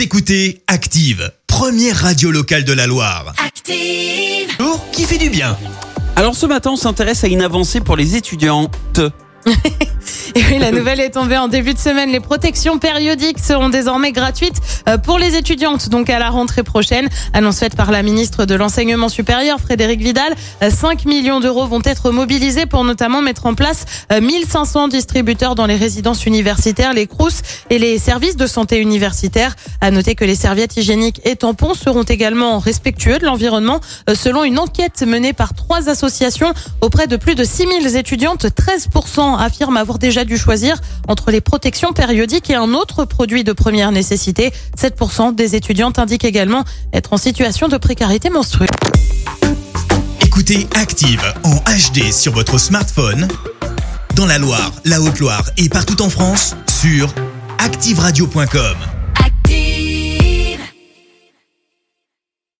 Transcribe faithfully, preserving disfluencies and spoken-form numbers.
Vous écoutez Active, première radio locale de la Loire. Active. Bonjour, qui fait du bien. Alors ce matin, on s'intéresse à une avancée pour les étudiantes. Et oui, la nouvelle est tombée en début de semaine. Les protections périodiques seront désormais gratuites pour les étudiantes, donc à la rentrée prochaine. Annonce faite par la ministre de l'Enseignement supérieur, Frédérique Vidal. cinq millions d'euros vont être mobilisés pour notamment mettre en place mille cinq cents distributeurs dans les résidences universitaires, les crous et les services de santé universitaires. À noter que les serviettes hygiéniques et tampons seront également respectueux de l'environnement. Selon une enquête menée par trois associations auprès de plus de six mille étudiantes, treize pour cent affirment avoir déjà dû choisir entre les protections périodiques et un autre produit de première nécessité. sept pour cent des étudiantes indiquent également être en situation de précarité menstruelle. Écoutez Active en H D sur votre smartphone, dans la Loire, la Haute-Loire et partout en France, sur active radio point com.